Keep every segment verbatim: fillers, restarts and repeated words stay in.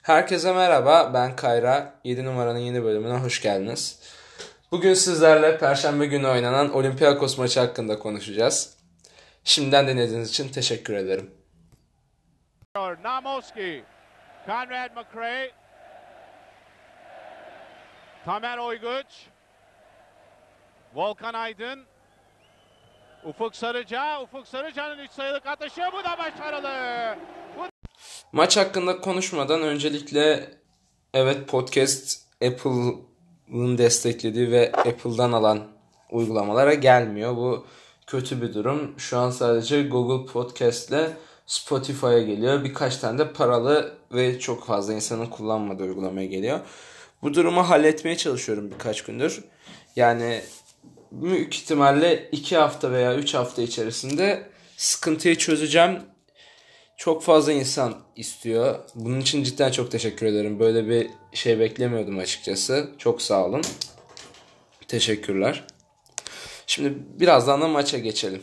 Herkese merhaba, ben Kayra. yedi numaranın yeni bölümüne hoş geldiniz. Bugün sizlerle Perşembe günü oynanan Olympiakos maçı hakkında konuşacağız. Şimdiden dinlediğiniz için teşekkür ederim. Namoski, Conrad McRae, Tamer Oyguç, Volkan Aydın, Ufuk Sarıca, Ufuk Sarıca'nın üç sayılık atışı, bu da başarılı. Bu... Maç hakkında konuşmadan öncelikle evet podcast Apple'ın desteklediği ve Apple'dan alan uygulamalara gelmiyor. Bu kötü bir durum. Şu an sadece Google Podcast ile Spotify'a geliyor. Birkaç tane de paralı ve çok fazla insanın kullanmadığı uygulamaya geliyor. Bu durumu halletmeye çalışıyorum birkaç gündür. Yani büyük ihtimalle iki hafta veya üç hafta içerisinde sıkıntıyı çözeceğim. Çok fazla insan istiyor. Bunun için cidden çok teşekkür ederim. Böyle bir şey beklemiyordum açıkçası. Çok sağ olun. Teşekkürler. Şimdi birazdan da maça geçelim.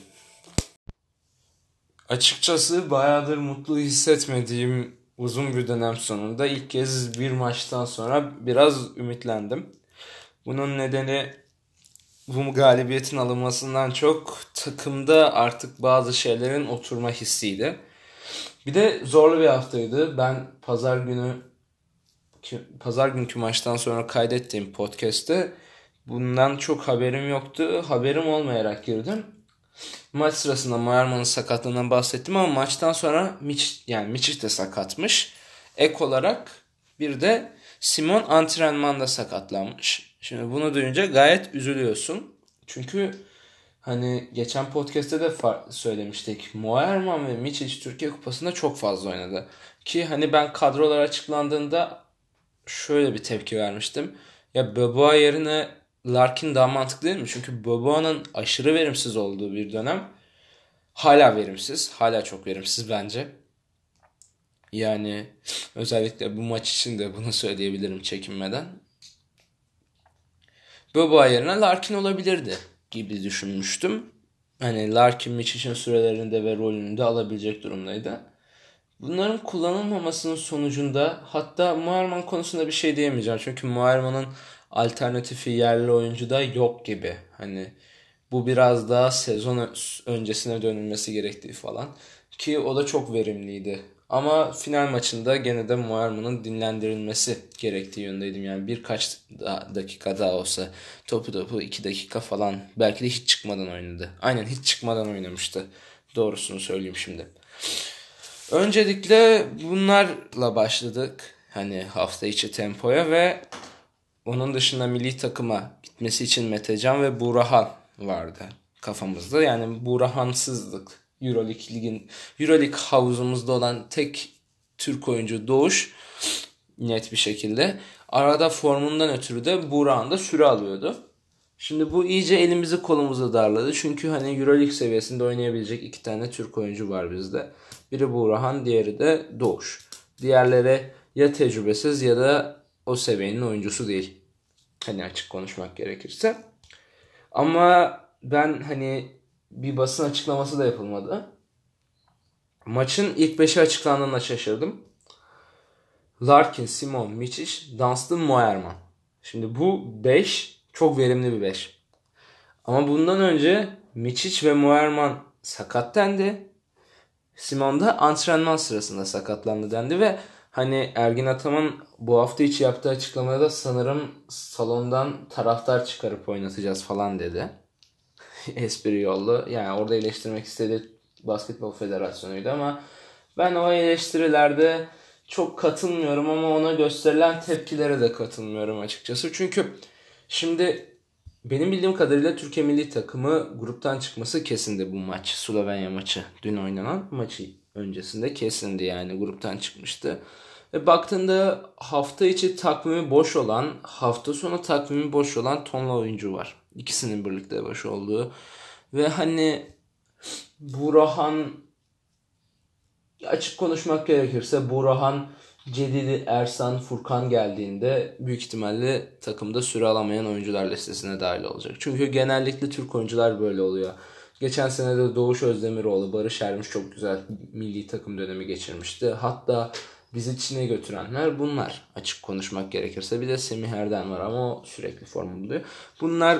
Açıkçası bayağıdır mutlu hissetmediğim uzun bir dönem sonunda ilk kez bir maçtan sonra biraz ümitlendim. Bunun nedeni bu galibiyetin alınmasından çok takımda artık bazı şeylerin oturma hissiydi. Bir de zorlu bir haftaydı. Ben pazar günü pazar günkü maçtan sonra kaydettiğim podcast'te bundan çok haberim yoktu. Haberim olmayarak girdim. Maç sırasında Moerman'ın sakatlığından bahsettim ama maçtan sonra Miç, yani Miçic de sakatmış. Ek olarak bir de Simon antrenmanda sakatlanmış. Şimdi bunu duyunca gayet üzülüyorsun. Çünkü hani geçen podcast'te de far- söylemiştik. Moerman ve Miçic Türkiye Kupası'nda çok fazla oynadı. Ki hani ben kadrolar açıklandığında şöyle bir tepki vermiştim. Ya Boboa yerine Larkin daha mantıklı değil mi? Çünkü Boboa'nın aşırı verimsiz olduğu bir dönem. Hala verimsiz. Hala çok verimsiz bence. Yani özellikle bu maç için de bunu söyleyebilirim çekinmeden. Boboa yerine Larkin olabilirdi gibi düşünmüştüm. Hani Larkin Miçic'in sürelerinde ve rolünü de alabilecek durumdaydı. Bunların kullanılmamasının sonucunda hatta Moerman konusunda bir şey diyemeyeceğim. Çünkü Moerman'ın alternatifi yerli oyuncu da yok gibi. Hani bu biraz daha sezon öncesine dönülmesi gerektiği falan. Ki o da çok verimliydi. Ama final maçında gene de Moerman'ın dinlendirilmesi gerektiği yöndeydim. Yani birkaç daha dakika daha olsa topu topu iki dakika falan belki de hiç çıkmadan oynadı. Aynen hiç çıkmadan oynamıştı. Doğrusunu söyleyeyim şimdi. Öncelikle bunlarla başladık. Hani hafta içi tempoya ve onun dışında milli takıma gitmesi için Metecan ve Buğrahan vardı kafamızda. Yani Buğrahansızlık. Euroleague ligin Euroleague havuzumuzda olan tek Türk oyuncu Doğuş net bir şekilde. Arada formundan ötürü de Buğrahan da süre alıyordu. Şimdi bu iyice elimizi kolumuzu darladı. Çünkü hani Euroleague seviyesinde oynayabilecek iki tane Türk oyuncu var bizde. Biri Buğrahan, diğeri de Doğuş. Diğerleri ya tecrübesiz ya da o seviyenin oyuncusu değil. Hani açık konuşmak gerekirse. Ama ben hani bir basın açıklaması da yapılmadı. Maçın ilk beşi açıklandığında şaşırdım. Larkin, Simon, Miçic, Dunstan, Moerman. Şimdi bu beş çok verimli bir beş. Ama bundan önce Miçic ve Moerman sakat dendi. Simon da antrenman sırasında sakatlandı dendi ve hani Ergin Ataman bu hafta içi yaptığı açıklamada da sanırım salondan taraftar çıkarıp oynatacağız falan dedi. Espri yollu. Yani orada eleştirmek istediği Basketbol Federasyonu'ydu ama ben o eleştirilerde çok katılmıyorum ama ona gösterilen tepkilere de katılmıyorum açıkçası. Çünkü şimdi benim bildiğim kadarıyla Türkiye milli takımı gruptan çıkması kesindi bu maç. Slovenya maçı. Dün oynanan maçı öncesinde kesindi yani gruptan çıkmıştı. Ve baktığında hafta içi takvimi boş olan, hafta sonu takvimi boş olan tonla oyuncu var. İkisinin birlikte boş olduğu. Ve hani Buğrahan, açık konuşmak gerekirse Buğrahan, Cedidi, Ersan, Furkan geldiğinde büyük ihtimalle takımda süre alamayan oyuncular listesine dahil olacak. Çünkü genellikle Türk oyuncular böyle oluyor. Geçen sene de Doğuş Özdemiroğlu, Barış Ermiş çok güzel milli takım dönemi geçirmişti. Hatta bizi içine götürenler bunlar. Açık konuşmak gerekirse. Bir de Semih Erdem var ama o sürekli formu buluyor. Bunlar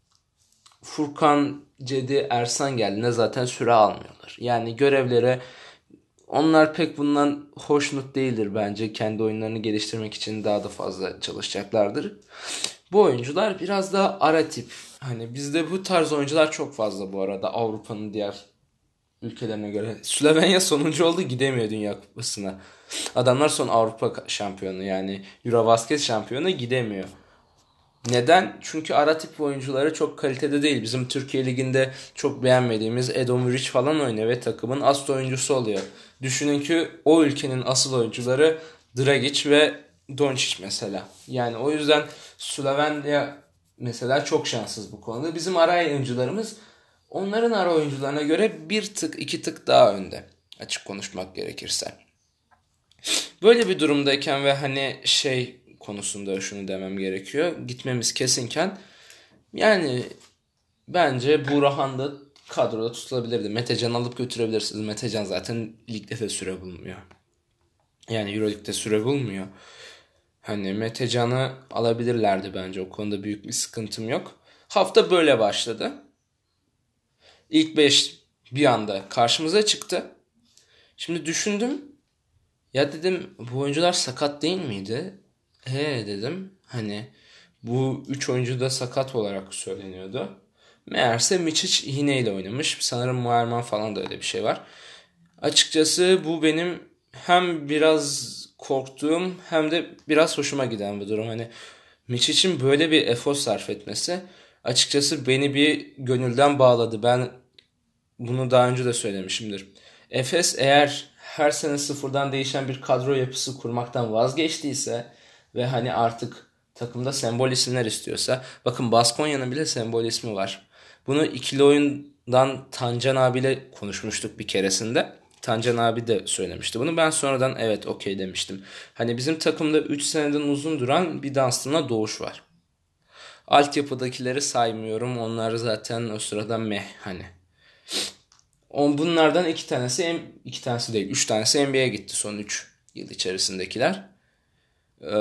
Furkan, Cedi, Ersan geldiğinde zaten süre almıyorlar. Yani görevlere onlar pek bundan hoşnut değildir bence. Kendi oyunlarını geliştirmek için daha da fazla çalışacaklardır. Bu oyuncular biraz daha ara tip. Hani bizde bu tarz oyuncular çok fazla bu arada Avrupa'nın diğer ülkelerine göre. Slovenya sonuncu oldu, gidemiyor Dünya Kupası'na. Adamlar son Avrupa şampiyonu yani Eurobasket şampiyonu gidemiyor. Neden? Çünkü ara tip oyuncuları çok kalitede değil. Bizim Türkiye Ligi'nde çok beğenmediğimiz Edo Muric falan oynuyor ve takımın asıl oyuncusu oluyor. Düşünün ki o ülkenin asıl oyuncuları Dragic ve Doncic mesela. Yani o yüzden Slovenya mesela çok şanssız bu konuda. Bizim ara oyuncularımız onların ara oyuncularına göre bir tık iki tık daha önde. Açık konuşmak gerekirse. Böyle bir durumdayken ve hani şey konusunda şunu demem gerekiyor. Gitmemiz kesinken yani bence Burhan da kadroda tutulabilirdi. Metecan alıp götürebilirsiniz. Metecan zaten ligde de süre bulmuyor. Yani Euroleague'de süre bulmuyor. Hani Metecan'ı alabilirlerdi bence. O konuda büyük bir sıkıntım yok. Hafta böyle başladı. İlk beş bir anda karşımıza çıktı. Şimdi düşündüm. Ya dedim bu oyuncular sakat değil miydi? He dedim. Hani bu üç oyuncu da sakat olarak söyleniyordu. Meğerse Mičić iğneyle oynamış. Sanırım Muharman falan da öyle bir şey var. Açıkçası bu benim hem biraz korktuğum hem de biraz hoşuma giden bir durum. Hani Mičić'in böyle bir efor sarf etmesi açıkçası beni bir gönülden bağladı. Ben bunu daha önce de söylemişimdir. Efes eğer her sene sıfırdan değişen bir kadro yapısı kurmaktan vazgeçtiyse ve hani artık takımda sembol isimler istiyorsa, bakın Baskonya'nın bile sembol ismi var. Bunu ikili oyundan Tancan abiyle konuşmuştuk bir keresinde. Tancan abi de söylemişti bunu. Ben sonradan evet okey demiştim. Hani bizim takımda üç seneden uzun duran bir Dunstan'la Doğuş var. Altyapıdakileri saymıyorum. Onlar zaten o sırada meh hani. On bunlardan iki tanesi, iki tanesi değil, üç tanesi N B A'ye gitti son üç yıl içerisindekiler. Ee,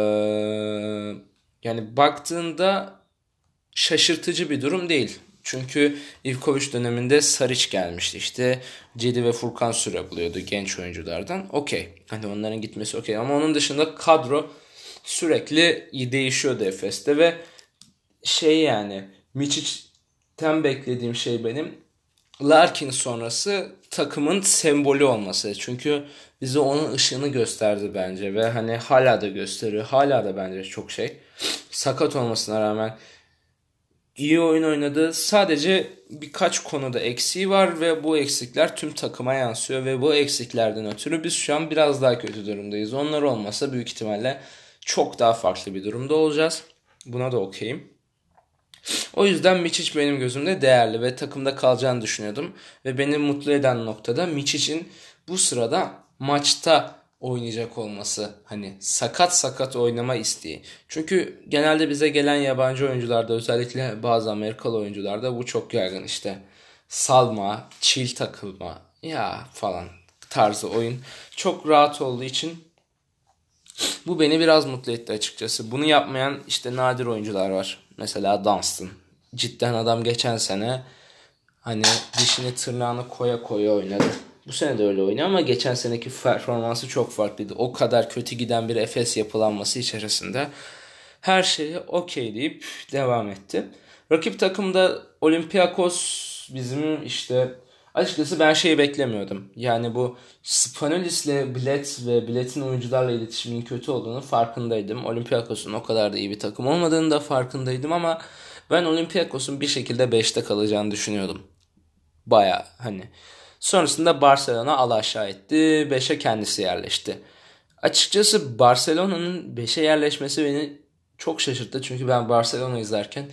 yani baktığında şaşırtıcı bir durum değil. Çünkü Ivkovic döneminde Saric gelmişti. İşte Cedi ve Furkan süre buluyordu genç oyunculardan. Okey. Hani onların gitmesi okey. Ama onun dışında kadro sürekli değişiyordu Efes'te ve şey yani Mičić'ten beklediğim şey benim Larkin sonrası takımın sembolü olması. Çünkü bize onun ışığını gösterdi bence ve hani hala da gösteriyor. Hala da bence çok şey. Sakat olmasına rağmen iyi oyun oynadı. Sadece birkaç konuda eksiği var ve bu eksikler tüm takıma yansıyor ve bu eksiklerden ötürü biz şu an biraz daha kötü durumdayız. Onlar olmasa büyük ihtimalle çok daha farklı bir durumda olacağız. Buna da okeyim. O yüzden Mičić benim gözümde değerli ve takımda kalacağını düşünüyordum. Ve beni mutlu eden noktada Mičić'in bu sırada maçta oynayacak olması. Hani sakat sakat oynama isteği. Çünkü genelde bize gelen yabancı oyuncularda, özellikle bazı Amerikalı oyuncularda bu çok yaygın işte. Salma, chill takılma ya falan tarzı oyun. Çok rahat olduğu için bu beni biraz mutlu etti açıkçası. Bunu yapmayan işte nadir oyuncular var. Mesela Dunstan. Cidden adam geçen sene hani dişini tırnağını koya koya oynadı. Bu sene de öyle oynuyor ama geçen seneki performansı çok farklıydı. O kadar kötü giden bir Efes yapılanması içerisinde her şeyi okey deyip devam etti. Rakip takımda Olympiakos bizim işte açıkçası ben şeyi beklemiyordum. Yani bu Spanoulis'le Bilet ve Bilet'in oyuncularla iletişimin kötü olduğunu farkındaydım. Olympiakos'un o kadar da iyi bir takım olmadığını da farkındaydım ama ben Olympiakos'un bir şekilde beşte kalacağını düşünüyordum. Baya hani. Sonrasında Barcelona alaşağı etti. beşe kendisi yerleşti. Açıkçası Barcelona'nın beşe yerleşmesi beni çok şaşırttı. Çünkü ben Barcelona izlerken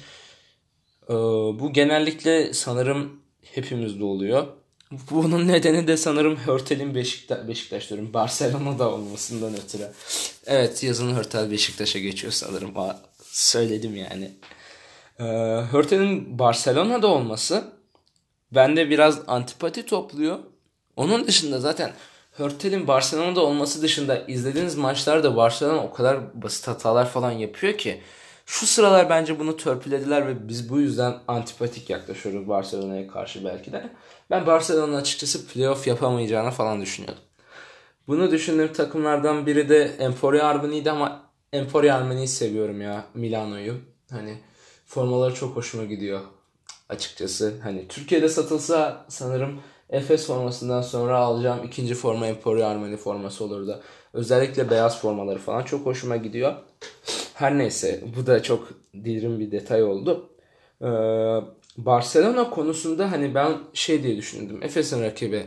bu genellikle sanırım hepimizde oluyor. Bunun nedeni de sanırım Hörtel'in Beşiktaş, Beşiktaş diyorum Barcelona'da olmasından ötürü. Evet, yazın Hörtel Beşiktaş'a geçiyor sanırım. Söyledim yani. Ee, Hörtel'in Barcelona'da olması bende biraz antipati topluyor. Onun dışında zaten Hurtel'in Barcelona'da olması dışında izlediğiniz maçlarda Barcelona o kadar basit hatalar falan yapıyor ki şu sıralar bence bunu törpülediler ve biz bu yüzden antipatik yaklaşıyoruz Barcelona'ya karşı belki de. Ben Barcelona'nın açıkçası playoff yapamayacağını falan düşünüyordum. Bunu düşündüğüm takımlardan biri de Emporio Armani'ydi ama Emporio Armani'yi seviyorum ya, Milano'yu. Hani formaları çok hoşuma gidiyor açıkçası. Hani Türkiye'de satılsa sanırım Efes formasından sonra alacağım ikinci forma Emporio Armani forması olurdu. Özellikle beyaz formaları falan çok hoşuma gidiyor. Her neyse, bu da çok derin bir detay oldu. Ee, Barcelona konusunda hani ben şey diye düşündüm. Efes'in rakibi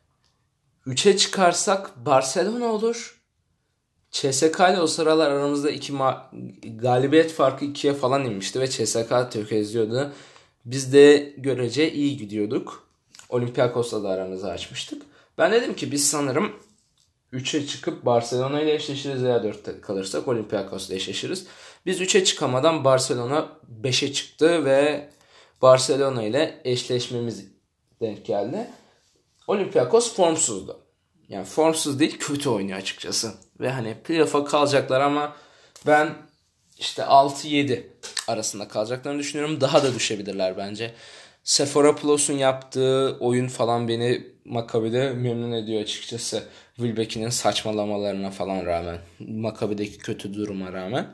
üçe çıkarsak Barcelona olur. C S K ile o sıralar aramızda iki ma- galibiyet farkı ikiye falan inmişti ve C S K tökezliyordu. Biz de görece iyi gidiyorduk. Olympiakos'la da aramızı açmıştık. Ben dedim ki biz sanırım üçe çıkıp Barcelona ile eşleşiriz veya dörtte kalırsak Olympiakos'la eşleşiriz. Biz üçe çıkamadan Barcelona beşe çıktı ve Barcelona ile eşleşmemiz denk geldi. Olympiakos formsuzdu. Yani formsuz değil, kötü oynuyor açıkçası. Ve hani playoff'a kalacaklar ama ben işte altı yedi arasında kalacaklarını düşünüyorum. Daha da düşebilirler bence. Seforapoulos'un yaptığı oyun falan beni Maccabi'de memnun ediyor açıkçası. Wilbeck'in saçmalamalarına falan rağmen. Maccabi'deki kötü duruma rağmen.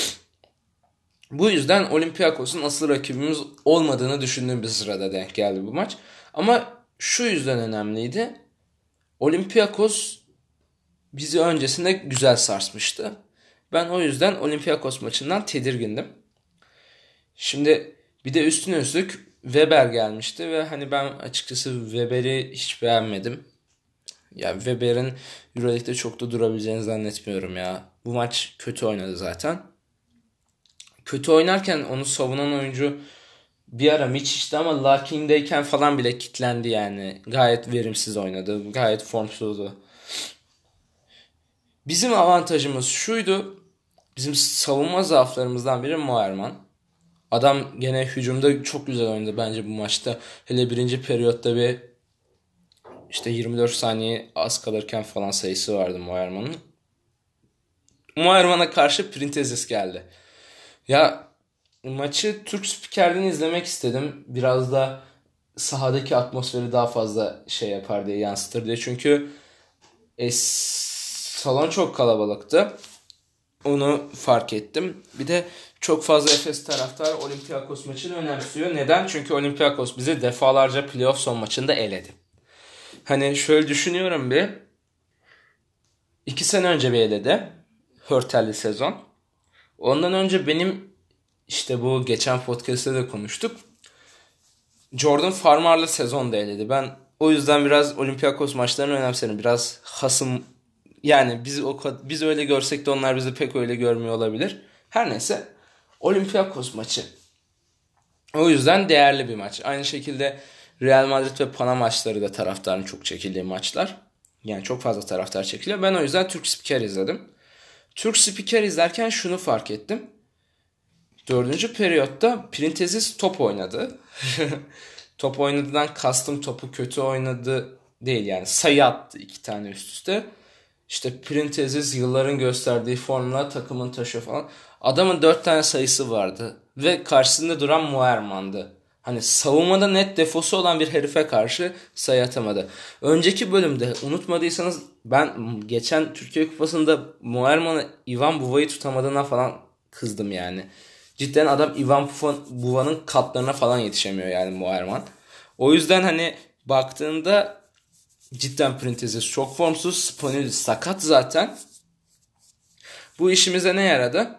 Bu yüzden Olympiakos'un asıl rakibimiz olmadığını düşündüğüm bir sırada denk geldi bu maç. Ama şu yüzden önemliydi. Olympiakos bizi öncesinde güzel sarsmıştı. Ben o yüzden Olympiakos maçından tedirgindim. Şimdi bir de üstüne üstlük Weber gelmişti ve hani ben açıkçası Weber'i hiç beğenmedim. Ya Weber'in Euroleague'de çok da durabileceğini zannetmiyorum ya. Bu maç kötü oynadı zaten. Kötü oynarken onu savunan oyuncu bir ara Miçic'ti ama Larkin'deyken falan bile kitlendi yani. Gayet verimsiz oynadı. Gayet formsuzdu. Bizim avantajımız şuydu. Bizim savunma zaaflarımızdan biri Moerman. Adam gene hücumda çok güzel oynadı bence bu maçta. Hele birinci periyotta bir işte yirmi dört saniye az kalırken falan sayısı vardı Moerman'ın. Moerman'a karşı Printezis geldi. Ya maçı Türk spikerden izlemek istedim. Biraz da sahadaki atmosferi daha fazla şey yapar diye, yansıtır diye. Çünkü e, salon çok kalabalıktı. Onu fark ettim. Bir de çok fazla Efes taraftarı Olympiakos maçını önemsiyor. Neden? Çünkü Olympiakos bizi defalarca playoff son maçında eledi. Hani şöyle düşünüyorum bir. İki sene önce bir eledi. Hurtel'li sezon. Ondan önce benim işte bu geçen podcast'te de konuştuk. Jordan Farmar'lı sezon da eledi. Ben o yüzden biraz Olympiakos maçlarını önemserim. Biraz hasım, yani biz o biz öyle görsek de onlar bizi pek öyle görmüyor olabilir. Her neyse, Olympiakos maçı. O yüzden değerli bir maç. Aynı şekilde Real Madrid ve Pana maçları da taraftarın çok çekildiği maçlar. Yani çok fazla taraftar çekiliyor. Ben o yüzden Türk spiker izledim. Türk spiker izlerken şunu fark ettim. Dördüncü periyotta Printezis top oynadı. Top oynadığından kastım topu kötü oynadı değil, yani sayı attı iki tane üst üste. İşte Printezis yılların gösterdiği formla takımın taşıyor falan. Adamın dört tane sayısı vardı ve karşısında duran Moerman'dı. Hani savunmada net defosu olan bir herife karşı sayı atamadı. Önceki bölümde unutmadıysanız ben geçen Türkiye Kupası'nda Moerman'ı Ivan Buva'yı tutamadığına falan kızdım yani. Cidden adam Ivan Buva'nın katlarına falan yetişemiyor yani Moerman. O yüzden hani baktığında cidden Printezis çok formsuz. Spaniolis sakat zaten. Bu işimize ne yaradı?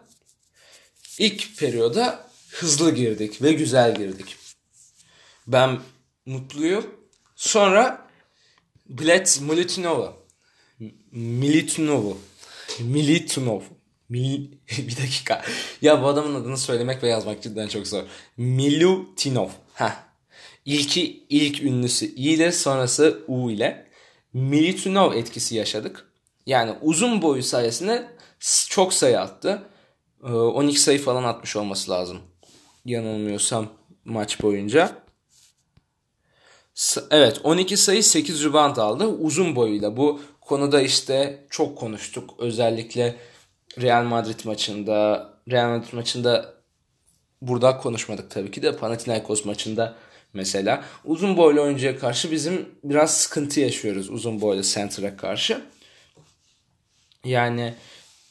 İlk periyoda hızlı girdik ve güzel girdik. Ben mutluyum. Sonra Bled Milutinovu. Milutinovu. Militunov. Mil... bir dakika. Ya bu adamın adını söylemek ve yazmak cidden çok zor. Milutinov. Heh. İlki, ilk ünlüsü İ ile, sonrası U ile. Militunov etkisi yaşadık. Yani uzun boyu sayesinde çok sayı attı. on iki sayı falan atmış olması lazım. Yanılmıyorsam maç boyunca. Evet, on iki sayı sekiz rebound aldı uzun boyuyla. Bu konuda işte çok konuştuk. Özellikle Real Madrid maçında, Real Madrid maçında burada konuşmadık tabii ki de Panathinaikos maçında mesela uzun boylu oyuncuya karşı bizim biraz sıkıntı yaşıyoruz uzun boylu center'a karşı. Yani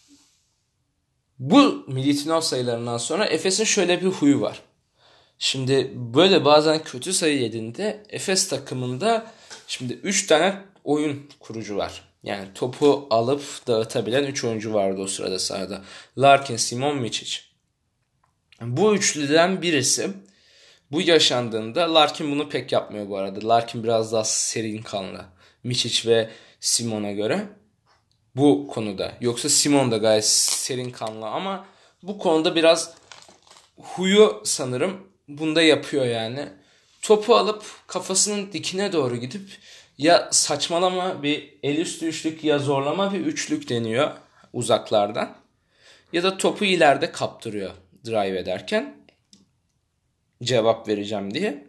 bu Militinos sayılarından sonra Efes'in şöyle bir huyu var. Şimdi böyle bazen kötü sayı yediğinde Efes takımında şimdi üç tane oyun kurucu var. Yani topu alıp dağıtabilen üç oyuncu vardı o sırada sahada. Larkin, Simon, Micic. Bu üçlüden birisi bu yaşandığında Larkin bunu pek yapmıyor bu arada. Larkin biraz daha serin kanlı. Micic ve Simon'a göre. Bu konuda. Yoksa Simon da gayet serin kanlı ama bu konuda biraz huyu sanırım bunda yapıyor yani. Topu alıp kafasının dikine doğru gidip ya saçmalama bir el üstü üçlük ya zorlama bir üçlük deniyor uzaklardan. Ya da topu ileride kaptırıyor drive ederken. Cevap vereceğim diye.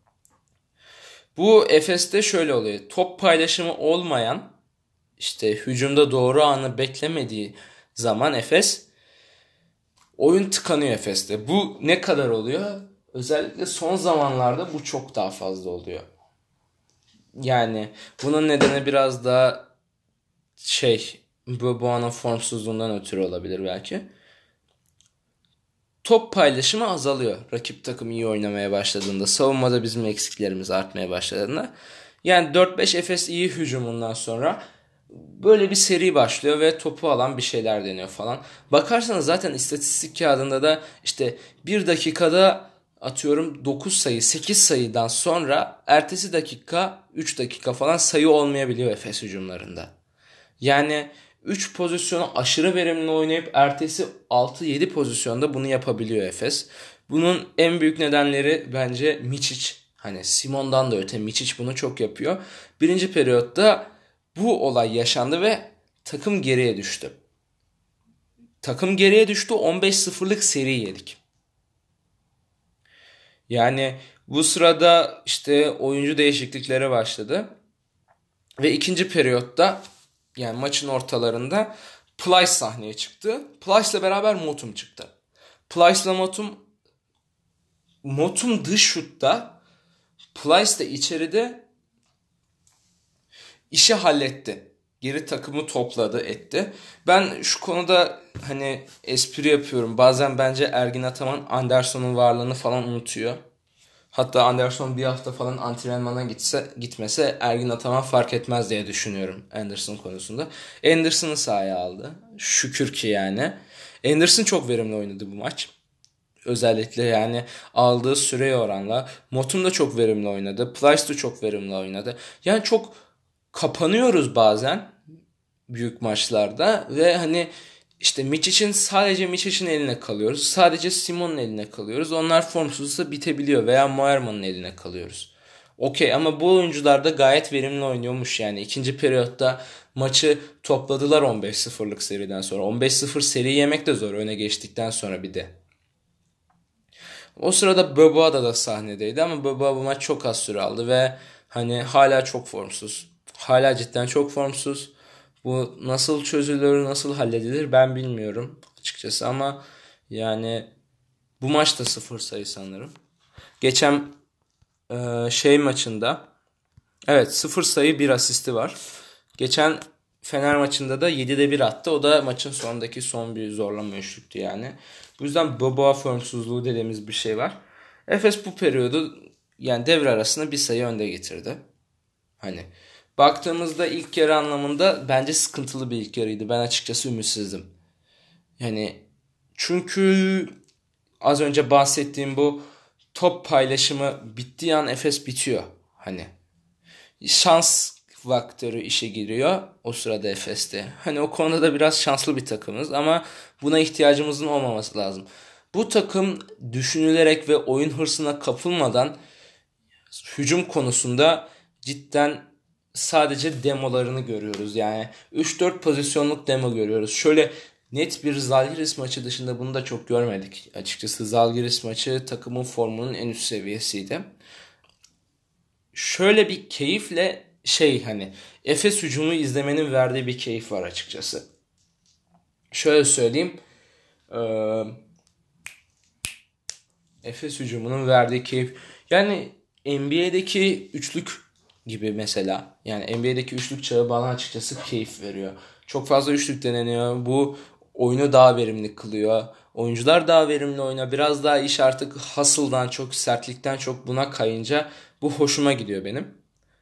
Bu Efes'te şöyle oluyor. Top paylaşımı olmayan işte hücumda doğru anı beklemediği zaman Efes oyun tıkanıyor Efes'te. Bu ne kadar oluyor? Özellikle son zamanlarda bu çok daha fazla oluyor. Yani bunun nedeni biraz daha şey bu Boğa'nın formsuzluğundan ötürü olabilir belki. Top paylaşımı azalıyor rakip takım iyi oynamaya başladığında. Savunmada bizim eksiklerimiz artmaya başladığında. Yani dört beş Efes iyi hücumundan sonra böyle bir seri başlıyor ve topu alan bir şeyler deniyor falan. Bakarsanız zaten istatistik kağıdında da işte bir dakikada atıyorum dokuz sayı sekiz sayıdan sonra ertesi dakika üç dakika falan sayı olmayabiliyor Efes hücumlarında. Yani üç pozisyonu aşırı verimli oynayıp ertesi altı yedi pozisyonda bunu yapabiliyor Efes. Bunun en büyük nedenleri bence Micic. Hani Simon'dan da öte Micic bunu çok yapıyor. Birinci periyotta bu olay yaşandı ve takım geriye düştü. Takım geriye düştü, on beş sıfırlık seri yedik. Yani bu sırada işte oyuncu değişiklikleri başladı. Ve ikinci periyotta yani maçın ortalarında Plyce sahneye çıktı. Plyce'la beraber Motum çıktı. Plyce'la Motum Motum dış şutta, Plyce de içeride işi halletti. Geri takımı topladı etti. Ben şu konuda hani espri yapıyorum. Bazen bence Ergin Ataman Anderson'un varlığını falan unutuyor. Hatta Anderson bir hafta falan antrenmana gitse gitmese Ergin Ataman fark etmez diye düşünüyorum Anderson konusunda. Anderson'ı sahaya aldı. Şükür ki yani. Anderson çok verimli oynadı bu maç. Özellikle yani aldığı süreye oranla. Motum da çok verimli oynadı. Plyce de çok verimli oynadı. Yani çok kapanıyoruz bazen büyük maçlarda ve hani işte Micic'in sadece Micic'in eline kalıyoruz. Sadece Simon'un eline kalıyoruz. Onlar formsuzsa bitebiliyor veya Moerman'ın eline kalıyoruz. Okey ama bu oyuncular da gayet verimli oynuyormuş yani. İkinci periyotta maçı topladılar on beş sıfırlık seriden sonra. on beş sıfır seri yemek de zor öne geçtikten sonra bir de. O sırada Boboa da, da sahnedeydi ama Boboa bu maç çok az süre aldı ve hani hala çok formsuz. Hala cidden çok formsuz. Bu nasıl çözülür, nasıl halledilir ben bilmiyorum açıkçası ama yani bu maç da sıfır sayı sanırım. Geçen e, şey maçında evet sıfır sayı bir asisti var. Geçen Fener maçında da yedide bir attı. O da maçın sonundaki son bir zorlama üçlüktü yani. Bu yüzden Boboa formsuzluğu dediğimiz bir şey var. Efes bu periyodu yani devre arasında bir sayı önde getirdi. Hani baktığımızda ilk yarı anlamında bence sıkıntılı bir ilk yarıydı. Ben açıkçası ümitsizdim. Yani çünkü az önce bahsettiğim bu top paylaşımı bittiği an Efes bitiyor. Hani şans faktörü işe giriyor o sırada Efes'te. Hani o konuda da biraz şanslı bir takımız ama buna ihtiyacımızın olmaması lazım. Bu takım düşünülerek ve oyun hırsına kapılmadan hücum konusunda cidden sadece demolarını görüyoruz. Yani üç dört pozisyonluk demo görüyoruz. Şöyle net bir Zalgiris maçı dışında bunu da çok görmedik. Açıkçası Zalgiris maçı takımın formunun en üst seviyesiydi. Şöyle bir keyifle şey hani Efes hücumu izlemenin verdiği bir keyif var açıkçası. Şöyle söyleyeyim. Ee, Efes hücumunun verdiği keyif. Yani N B A'deki üçlük gibi mesela. Yani N B A'deki üçlük çağı bana açıkçası keyif veriyor. Çok fazla üçlük deneniyor. Bu oyunu daha verimli kılıyor. Oyuncular daha verimli oynuyor. Biraz daha iş artık hustle'dan çok, sertlikten çok buna kayınca bu hoşuma gidiyor benim.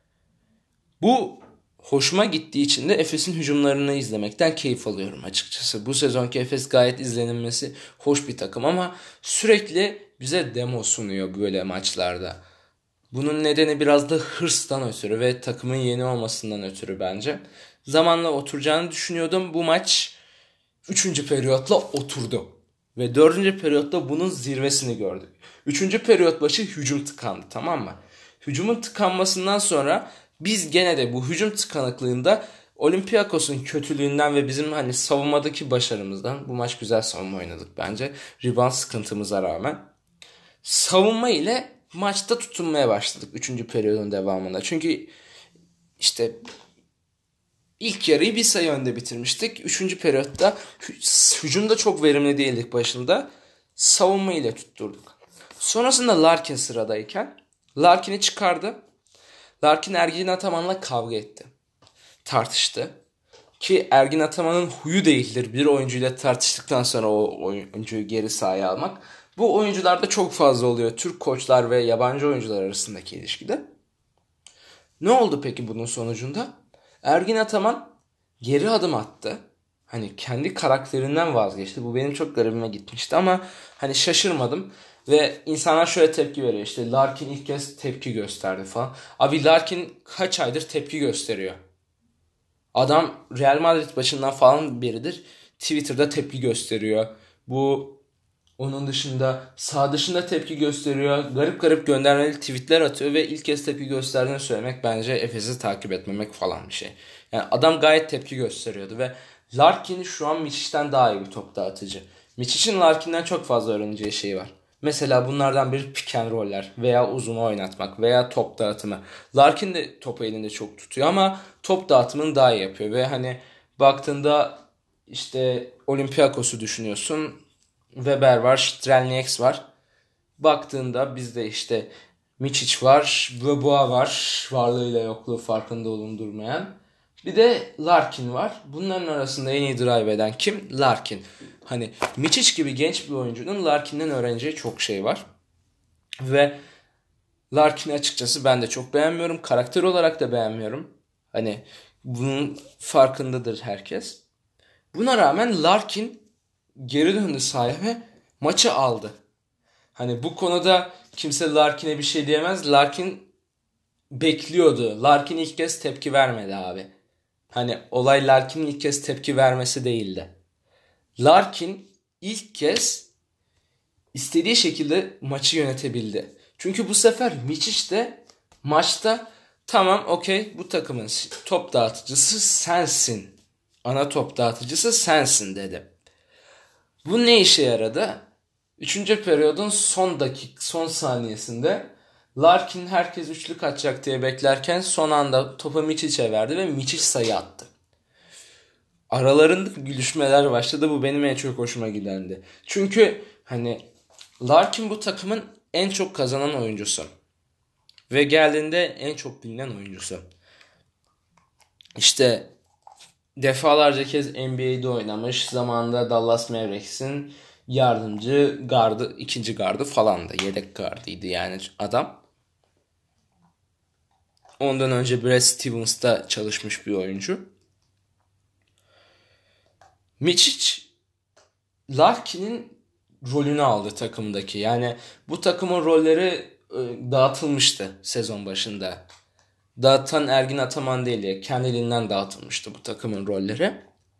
Bu hoşuma gittiği için de Efes'in hücumlarını izlemekten keyif alıyorum açıkçası. Bu sezonki Efes gayet izlenilmesi hoş bir takım ama sürekli bize demo sunuyor böyle maçlarda. Bunun nedeni biraz da hırstan ötürü ve takımın yeni olmasından ötürü bence. Zamanla oturacağını düşünüyordum. Bu maç üçüncü periyotla oturdu. Ve dördüncü periyotta bunun zirvesini gördük. üçüncü periyot başı hücum tıkandı, tamam mı? Hücumun tıkanmasından sonra biz gene de bu hücum tıkanıklığında Olympiakos'un kötülüğünden ve bizim hani savunmadaki başarımızdan, bu maç güzel savunma oynadık bence. Rebound sıkıntımıza rağmen. Savunma ile maçta tutunmaya başladık üçüncü periyodun devamında. Çünkü işte ilk yarıyı bir sayı önde bitirmiştik. üçüncü periyotta hü- hücumda çok verimli değildik başında. Savunma ile tutturduk. Sonrasında Larkin sıradayken Larkin'i çıkardı. Larkin Ergin Ataman'la kavga etti. Tartıştı. Ki Ergin Ataman'ın huyu değildir bir oyuncuyla tartıştıktan sonra o oyuncuyu geri sahaya almak. Bu oyuncularda çok fazla oluyor. Türk koçlar ve yabancı oyuncular arasındaki ilişkide. Ne oldu peki bunun sonucunda? Ergin Ataman geri adım attı. Hani kendi karakterinden vazgeçti. Bu benim çok garibime gitmişti ama hani şaşırmadım. Ve insanlar şöyle tepki veriyor. İşte Larkin ilk kez tepki gösterdi falan. Abi Larkin kaç aydır tepki gösteriyor? Adam Real Madrid başından falan beridir Twitter'da tepki gösteriyor. Bu onun dışında sağ dışında tepki gösteriyor. Garip garip göndermeli tweetler atıyor ve ilk kez tepki gösterdiğini söylemek bence Efes'i takip etmemek falan bir şey. Yani adam gayet tepki gösteriyordu ve Larkin şu an Miçic'ten daha iyi bir top dağıtıcı. Miçic'in Larkin'den çok fazla öğreneceği şey var. Mesela bunlardan biri pick and roll'ler veya uzun oynatmak veya top dağıtımı. Larkin de topu elinde çok tutuyor ama top dağıtımını daha iyi yapıyor ve hani baktığında işte Olympiakos'u düşünüyorsun. Weber var, Strelnieks var. Baktığında bizde işte Mičić var, Weboa var. Varlığıyla yokluğu farkında olundurmayan. Bir de Larkin var. Bunların arasında en iyi drive eden kim? Larkin. Hani Mičić gibi genç bir oyuncunun Larkin'den öğreneceği çok şey var. Ve Larkin'i açıkçası ben de çok beğenmiyorum. Karakter olarak da beğenmiyorum. Hani bunun farkındadır herkes. Buna rağmen Larkin geri döndü sahaya ve maçı aldı. Hani bu konuda kimse Larkin'e bir şey diyemez. Larkin bekliyordu. Larkin ilk kez tepki vermedi abi. Hani olay Larkin'in ilk kez tepki vermesi değildi. Larkin ilk kez istediği şekilde maçı yönetebildi. Çünkü bu sefer Mičić de maçta tamam okey bu takımın top dağıtıcısı sensin. Ana top dağıtıcısı sensin dedi. Bu ne işe yaradı? Üçüncü periyodun son dakik, son saniyesinde Larkin herkes üçlük atacak diye beklerken son anda topu Mičić'e verdi ve Mičić sayı attı. Aralarında gülüşmeler başladı. Bu benim en çok hoşuma gidendi. Çünkü hani Larkin bu takımın en çok kazanan oyuncusu. Ve geldiğinde en çok bilinen oyuncusu. İşte defalarca kez N B A'de oynamış. Zamanında Dallas Mavericks'in yardımcı gardı, ikinci gardı falan da. Yedek gardıydı yani adam. Ondan önce Brad Stevens'ta çalışmış bir oyuncu. Mičić Larkin'in rolünü aldı takımdaki. Yani bu takımın rolleri e, dağıtılmıştı sezon başında. Dağıtan Ergin Ataman değil ya. Kendiliğinden dağıtılmıştı bu takımın rolleri.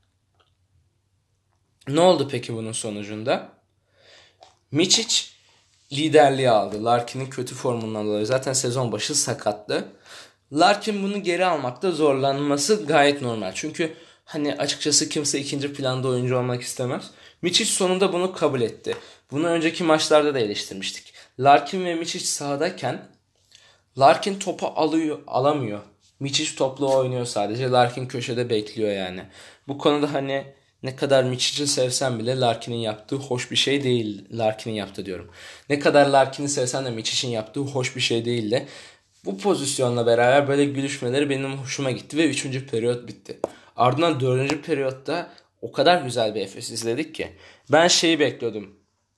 Ne oldu peki bunun sonucunda? Mičić liderliği aldı. Larkin'in kötü formundan dolayı. Zaten sezon başı sakattı. Larkin bunu geri almakta zorlanması gayet normal. Çünkü hani açıkçası kimse ikinci planda oyuncu olmak istemez. Mičić sonunda bunu kabul etti. Bunu önceki maçlarda da eleştirmiştik. Larkin ve Mičić sahadayken Larkin topu alıyor, alamıyor. Miçic toplu oynuyor sadece. Larkin köşede bekliyor yani. Bu konuda hani ne kadar Miçic'i sevsem bile Larkin'in yaptığı hoş bir şey değil. Larkin'in yaptığı diyorum. Ne kadar Larkin'i sevsem de Miçic'in yaptığı hoş bir şey değil de bu pozisyonla beraber böyle gülüşmeleri benim hoşuma gitti ve üçüncü periyot bitti. Ardından dördüncü periyotta o kadar güzel bir Efes izledik ki. Ben şeyi bekliyordum.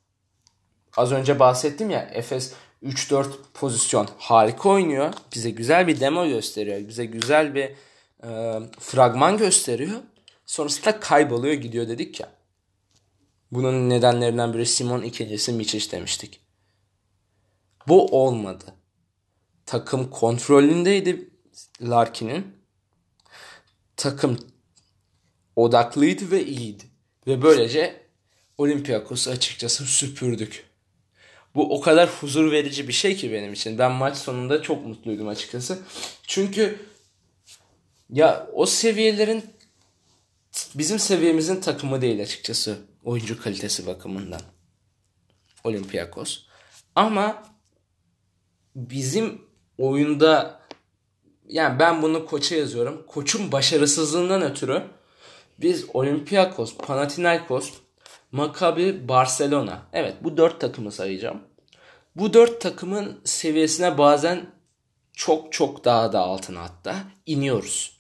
Az önce bahsettim ya, Efes üç dört pozisyon harika oynuyor. Bize güzel bir demo gösteriyor. Bize güzel bir e, fragman gösteriyor. Sonrasında kayboluyor gidiyor dedik ya. Bunun nedenlerinden biri Simon, ikincisi Miçic demiştik. Bu olmadı. Takım kontrolündeydi Larkin'in. Takım odaklıydı ve iyiydi. Ve böylece Olympiakos'u açıkçası süpürdük. Bu o kadar huzur verici bir şey ki benim için. Ben maç sonunda çok mutluydum açıkçası. Çünkü ya o seviyelerin bizim seviyemizin takımı değil açıkçası. Oyuncu kalitesi bakımından. Olympiakos. Ama bizim oyunda, yani ben bunu koça yazıyorum. Koçun başarısızlığından ötürü biz Olympiakos, Panathinaikos, Maccabi, Barcelona. Evet, bu dört takımı sayacağım. Bu dört takımın seviyesine bazen çok çok daha da altına hatta iniyoruz.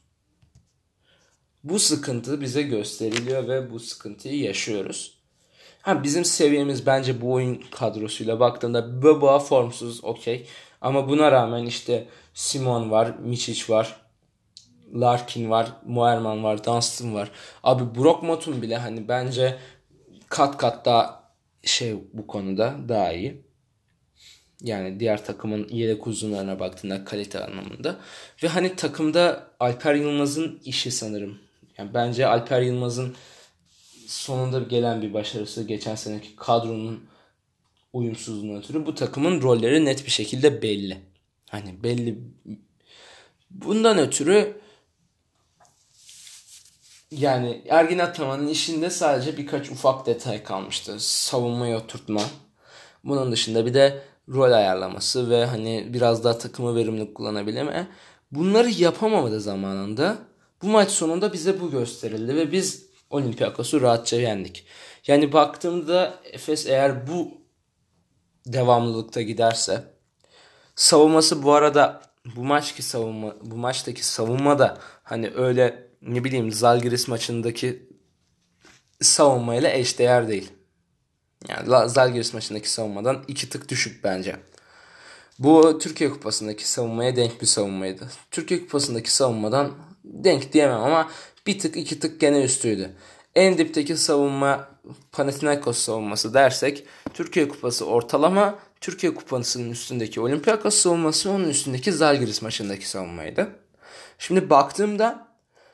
Bu sıkıntı bize gösteriliyor ve bu sıkıntıyı yaşıyoruz. Ha, bizim seviyemiz bence bu oyun kadrosuyla baktığında Boba formsuz, okey. Ama buna rağmen işte Simon var, Miçic var, Larkin var, Moerman var, Dunstan var. Abi Brock Motum bile hani bence kat kat daha şey, bu konuda daha iyi. Yani diğer takımın yedek uzunlarına baktığında kalite anlamında. Ve hani takımda Alper Yılmaz'ın işi sanırım. Yani bence Alper Yılmaz'ın sonunda gelen bir başarısı geçen seneki kadronun uyumsuzluğuna ötürü bu takımın rolleri net bir şekilde belli. Hani belli. Bundan ötürü yani Ergin Ataman'ın işinde sadece birkaç ufak detay kalmıştı. Savunmayı oturtma. Bunun dışında bir de rol ayarlaması ve hani biraz daha takımı verimli kullanabilme. Bunları yapamamadı zamanında. Bu maç sonunda bize bu gösterildi ve biz Olympiakos'u rahatça yendik. Yani baktığımda Efes eğer bu devamlılıkta giderse, savunması bu arada bu maçki savunma bu maçtaki savunma da hani öyle ne bileyim Zalgiris maçındaki savunmayla eşdeğer değil. Yani Zalgiris maçındaki savunmadan iki tık düşük bence. Bu Türkiye Kupası'ndaki savunmaya denk bir savunmaydı. Türkiye Kupası'ndaki savunmadan denk diyemem ama bir tık iki tık gene üstüydü. En dipteki savunma Panathinaikos savunması dersek, Türkiye Kupası ortalama, Türkiye Kupası'nın üstündeki Olympiakos savunması, onun üstündeki Zalgiris maçındaki savunmaydı. Şimdi baktığımda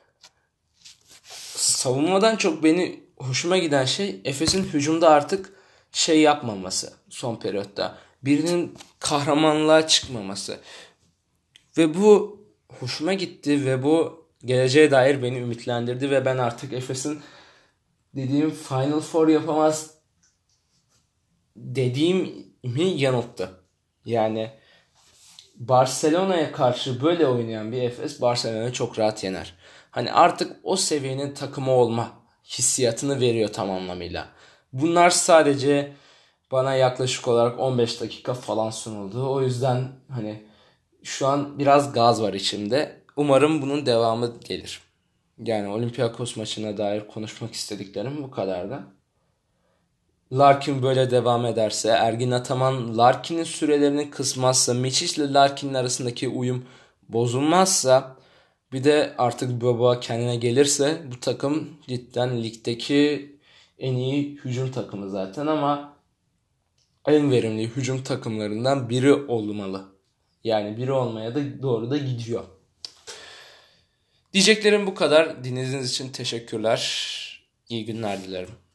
savunmadan çok beni hoşuma giden şey Efes'in hücumda artık şey yapmaması son periyotta. Birinin kahramanlığa çıkmaması. Ve bu hoşuma gitti ve bu geleceğe dair beni ümitlendirdi ve ben artık Efes'in dediğim Final Four yapamaz dediğimi yanılttı. Yani Barcelona'ya karşı böyle oynayan bir Efes Barcelona'yı çok rahat yener. Hani artık o seviyenin takımı olma hissiyatını veriyor tam anlamıyla. Bunlar sadece bana yaklaşık olarak on beş dakika falan sunuldu. O yüzden hani şu an biraz gaz var içimde. Umarım bunun devamı gelir. Yani Olympiakos maçına dair konuşmak istediklerim bu kadar da. Larkin böyle devam ederse, Ergin Ataman Larkin'in sürelerini kısmazsa, Miçic ile Larkin'in arasındaki uyum bozulmazsa, bir de artık Boba kendine gelirse bu takım cidden ligdeki en iyi hücum takımı zaten ama en verimli hücum takımlarından biri olmalı. Yani biri olmaya da doğru da gidiyor. Diyeceklerim bu kadar. Dinlediğiniz için teşekkürler. İyi günler dilerim.